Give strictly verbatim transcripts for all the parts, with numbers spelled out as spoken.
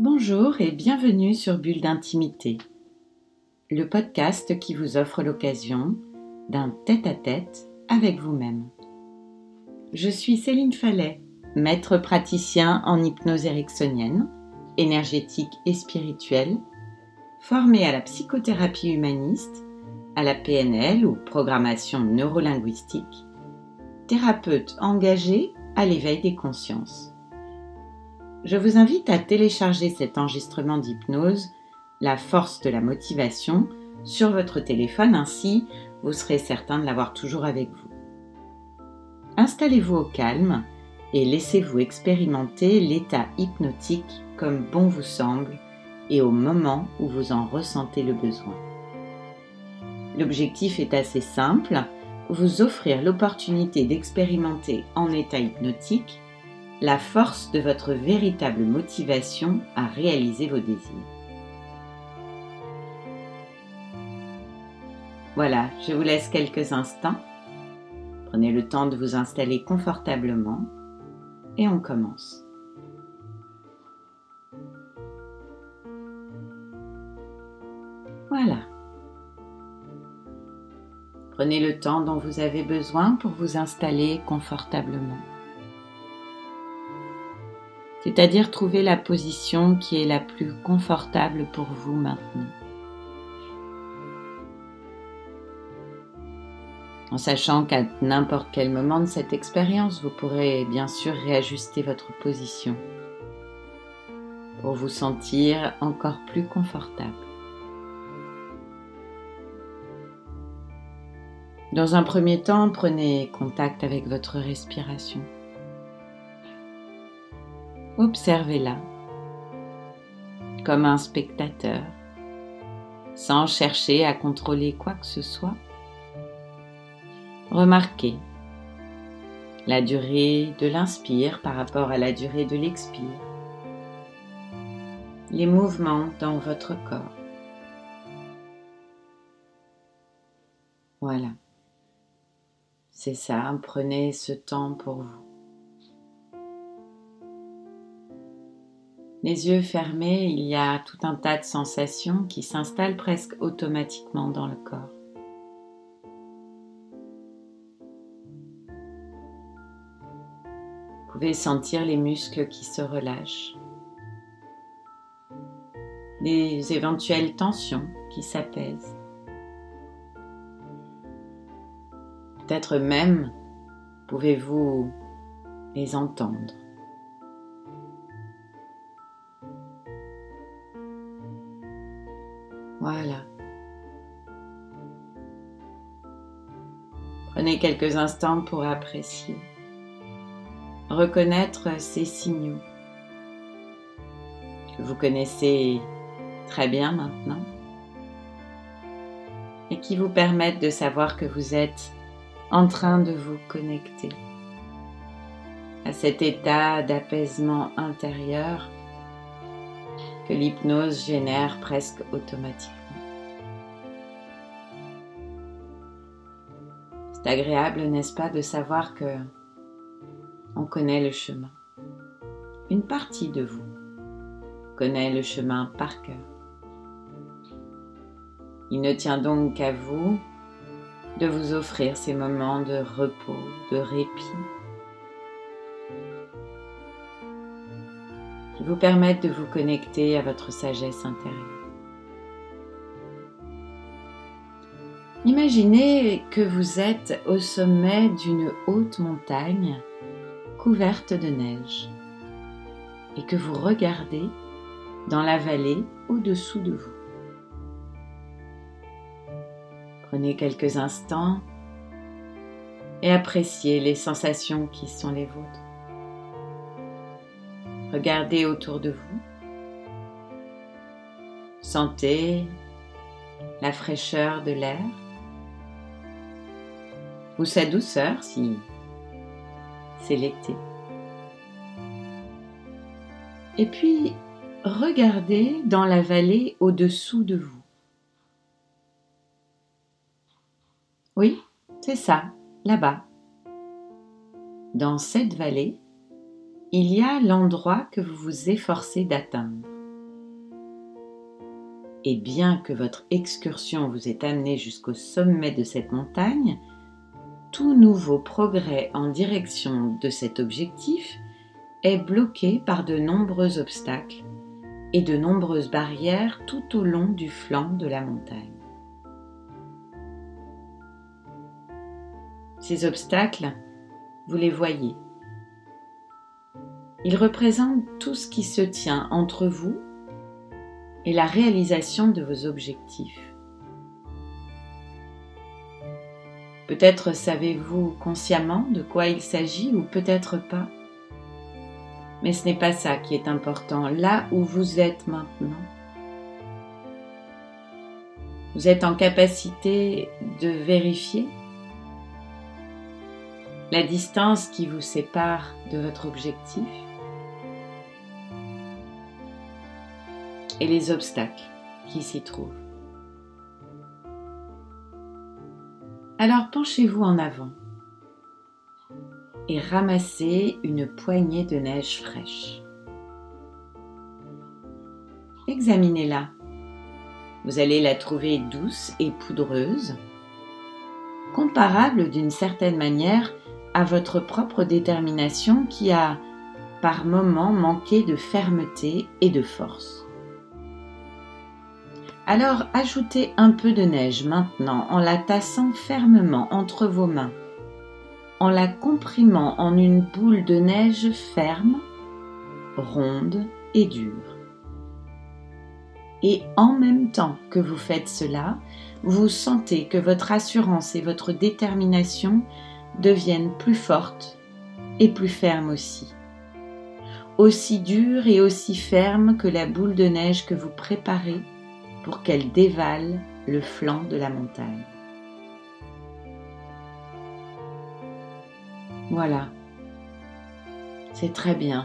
Bonjour et bienvenue sur Bulle d'intimité, le podcast qui vous offre l'occasion d'un tête-à-tête avec vous-même. Je suis Céline Fallet, maître praticien en hypnose ericksonienne, énergétique et spirituelle, formée à la psychothérapie humaniste, à la P N L ou programmation neurolinguistique, thérapeute engagée à l'éveil des consciences. Je vous invite à télécharger cet enregistrement d'hypnose, La force de la motivation, sur votre téléphone, ainsi vous serez certain de l'avoir toujours avec vous. Installez-vous au calme et laissez-vous expérimenter l'état hypnotique comme bon vous semble et au moment où vous en ressentez le besoin. L'objectif est assez simple, vous offrir l'opportunité d'expérimenter en état hypnotique la force de votre véritable motivation à réaliser vos désirs. Voilà, je vous laisse quelques instants. Prenez le temps de vous installer confortablement et on commence. Voilà. Prenez le temps dont vous avez besoin pour vous installer confortablement. C'est-à-dire trouver la position qui est la plus confortable pour vous maintenant. En sachant qu'à n'importe quel moment de cette expérience, vous pourrez bien sûr réajuster votre position pour vous sentir encore plus confortable. Dans un premier temps, prenez contact avec votre respiration. Observez-la comme un spectateur, sans chercher à contrôler quoi que ce soit. Remarquez la durée de l'inspire par rapport à la durée de l'expire, les mouvements dans votre corps. Voilà, c'est ça, prenez ce temps pour vous. Les yeux fermés, il y a tout un tas de sensations qui s'installent presque automatiquement dans le corps. Vous pouvez sentir les muscles qui se relâchent, les éventuelles tensions qui s'apaisent. Peut-être même pouvez-vous les entendre. Voilà. Prenez quelques instants pour apprécier, reconnaître ces signaux que vous connaissez très bien maintenant et qui vous permettent de savoir que vous êtes en train de vous connecter à cet état d'apaisement intérieur que l'hypnose génère presque automatiquement. C'est agréable, n'est-ce pas, de savoir que on connaît le chemin. Une partie de vous connaît le chemin par cœur. Il ne tient donc qu'à vous de vous offrir ces moments de repos, de répit, qui vous permettent de vous connecter à votre sagesse intérieure. Imaginez que vous êtes au sommet d'une haute montagne couverte de neige et que vous regardez dans la vallée au-dessous de vous. Prenez quelques instants et appréciez les sensations qui sont les vôtres. Regardez autour de vous. Sentez la fraîcheur de l'air ou sa douceur si c'est l'été. Et puis, regardez dans la vallée au-dessous de vous. Oui, c'est ça, là-bas. Dans cette vallée, il y a l'endroit que vous vous efforcez d'atteindre. Et bien que votre excursion vous ait amené jusqu'au sommet de cette montagne, tout nouveau progrès en direction de cet objectif est bloqué par de nombreux obstacles et de nombreuses barrières tout au long du flanc de la montagne. Ces obstacles, vous les voyez. Ils représentent tout ce qui se tient entre vous et la réalisation de vos objectifs. Peut-être savez-vous consciemment de quoi il s'agit ou peut-être pas. Mais ce n'est pas ça qui est important, là où vous êtes maintenant. Vous êtes en capacité de vérifier la distance qui vous sépare de votre objectif et les obstacles qui s'y trouvent. Alors penchez-vous en avant et ramassez une poignée de neige fraîche. Examinez-la. Vous allez la trouver douce et poudreuse, comparable d'une certaine manière à votre propre détermination qui a, par moments, manqué de fermeté et de force. Alors ajoutez un peu de neige maintenant en la tassant fermement entre vos mains, en la comprimant en une boule de neige ferme, ronde et dure. Et en même temps que vous faites cela, vous sentez que votre assurance et votre détermination deviennent plus fortes et plus fermes aussi. Aussi dures et aussi fermes que la boule de neige que vous préparez pour qu'elle dévale le flanc de la montagne. Voilà, c'est très bien.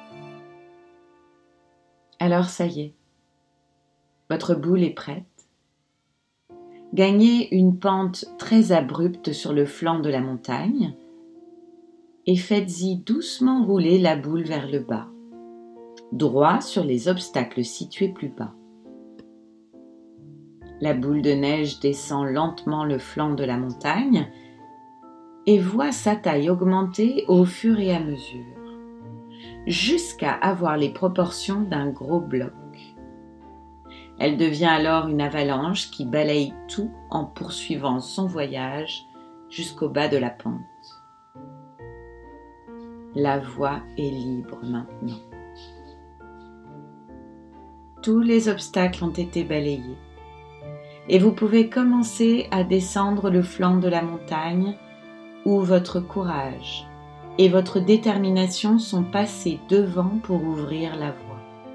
Alors ça y est, votre boule est prête. Gagnez une pente très abrupte sur le flanc de la montagne et faites-y doucement rouler la boule vers le bas, droit sur les obstacles situés plus bas. La boule de neige descend lentement le flanc de la montagne et voit sa taille augmenter au fur et à mesure, jusqu'à avoir les proportions d'un gros bloc. Elle devient alors une avalanche qui balaye tout en poursuivant son voyage jusqu'au bas de la pente. La voie est libre maintenant. Tous les obstacles ont été balayés et vous pouvez commencer à descendre le flanc de la montagne où votre courage et votre détermination sont passés devant pour ouvrir la voie.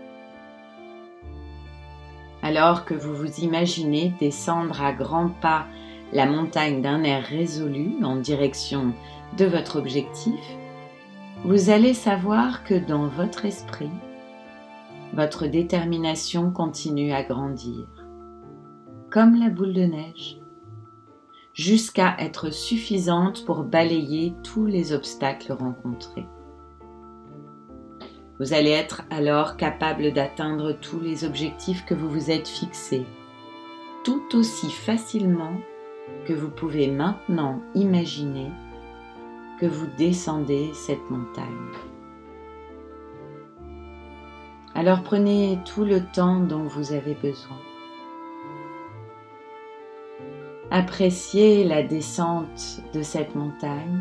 Alors que vous vous imaginez descendre à grands pas la montagne d'un air résolu en direction de votre objectif, vous allez savoir que dans votre esprit, votre détermination continue à grandir, comme la boule de neige, jusqu'à être suffisante pour balayer tous les obstacles rencontrés. Vous allez être alors capable d'atteindre tous les objectifs que vous vous êtes fixés, tout aussi facilement que vous pouvez maintenant imaginer que vous descendez cette montagne. Alors prenez tout le temps dont vous avez besoin. Appréciez la descente de cette montagne.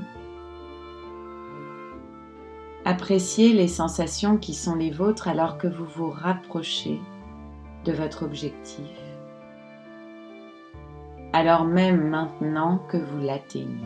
Appréciez les sensations qui sont les vôtres alors que vous vous rapprochez de votre objectif, alors même maintenant que vous l'atteignez.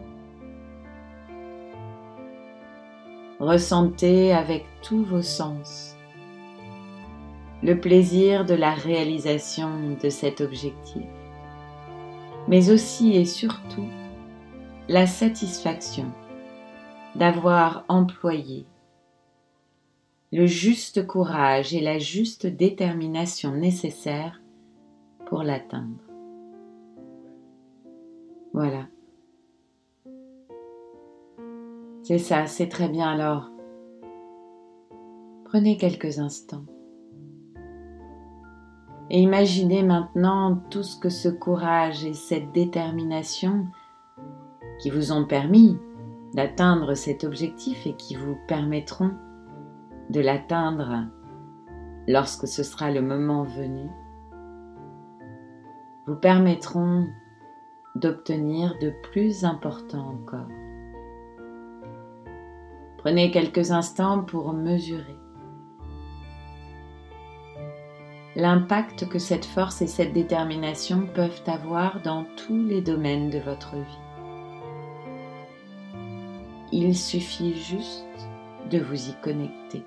Ressentez avec tous vos sens le plaisir de la réalisation de cet objectif, mais aussi et surtout la satisfaction d'avoir employé le juste courage et la juste détermination nécessaires pour l'atteindre. Voilà. C'est ça, c'est très bien alors. Prenez quelques instants Et imaginez maintenant tout ce que ce courage et cette détermination qui vous ont permis d'atteindre cet objectif et qui vous permettront de l'atteindre lorsque ce sera le moment venu, vous permettront d'obtenir de plus important encore. Prenez quelques instants pour mesurer l'impact que cette force et cette détermination peuvent avoir dans tous les domaines de votre vie. Il suffit juste de vous y connecter.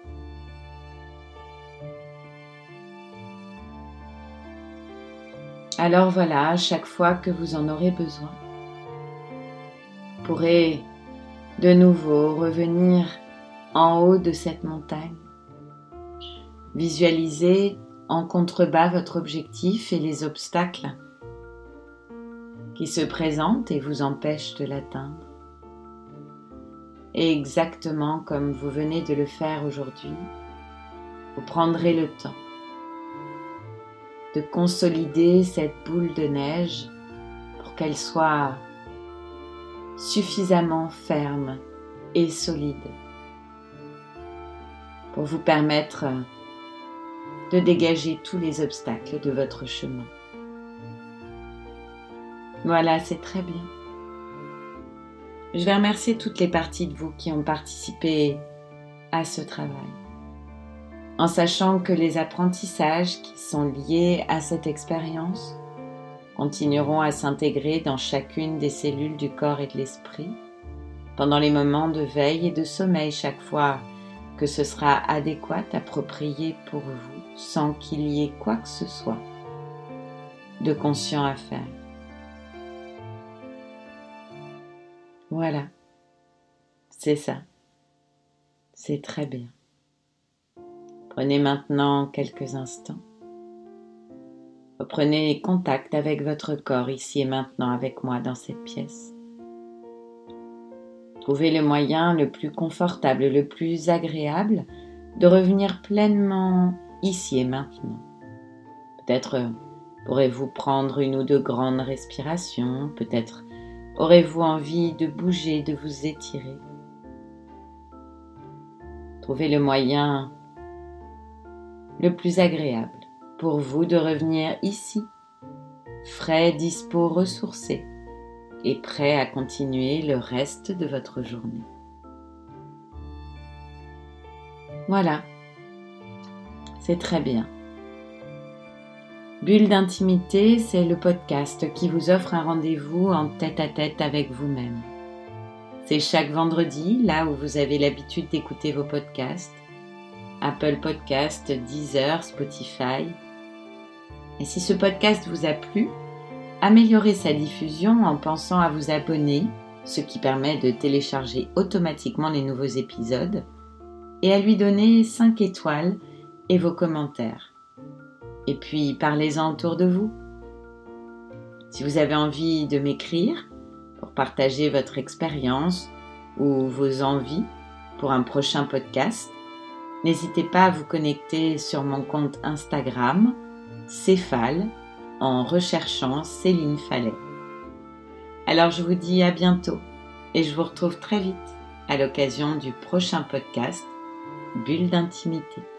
Alors voilà, à chaque fois que vous en aurez besoin, vous pourrez de nouveau revenir en haut de cette montagne, visualiser en contrebas votre objectif et les obstacles qui se présentent et vous empêchent de l'atteindre. Et exactement comme vous venez de le faire aujourd'hui, vous prendrez le temps de consolider cette boule de neige pour qu'elle soit suffisamment ferme et solide pour vous permettre de dégager tous les obstacles de votre chemin. Voilà, c'est très bien. Je vais remercier toutes les parties de vous qui ont participé à ce travail, en sachant que les apprentissages qui sont liés à cette expérience continueront à s'intégrer dans chacune des cellules du corps et de l'esprit pendant les moments de veille et de sommeil chaque fois que ce sera adéquat, approprié pour vous, sans qu'il y ait quoi que ce soit de conscient à faire. Voilà, c'est ça, c'est très bien. Prenez maintenant quelques instants. Reprenez contact avec votre corps ici et maintenant avec moi dans cette pièce. Trouvez le moyen le plus confortable, le plus agréable de revenir pleinement ici et maintenant. Peut-être pourrez-vous prendre une ou deux grandes respirations, peut-être aurez-vous envie de bouger, de vous étirer. Trouvez le moyen le plus agréable pour vous de revenir ici, frais, dispo, ressourcé et prêt à continuer le reste de votre journée. Voilà, c'est très bien. Bulle d'intimité, c'est le podcast qui vous offre un rendez-vous en tête-à-tête avec vous-même. C'est chaque vendredi, là où vous avez l'habitude d'écouter vos podcasts, Apple Podcasts, Deezer, Spotify. Et si ce podcast vous a plu, améliorez sa diffusion en pensant à vous abonner, ce qui permet de télécharger automatiquement les nouveaux épisodes, et à lui donner cinq étoiles et vos commentaires. Et puis, parlez-en autour de vous. Si vous avez envie de m'écrire pour partager votre expérience ou vos envies pour un prochain podcast, n'hésitez pas à vous connecter sur mon compte Instagram, Céphale, en recherchant Céline Fallet. Alors je vous dis à bientôt et je vous retrouve très vite à l'occasion du prochain podcast Bulle d'intimité.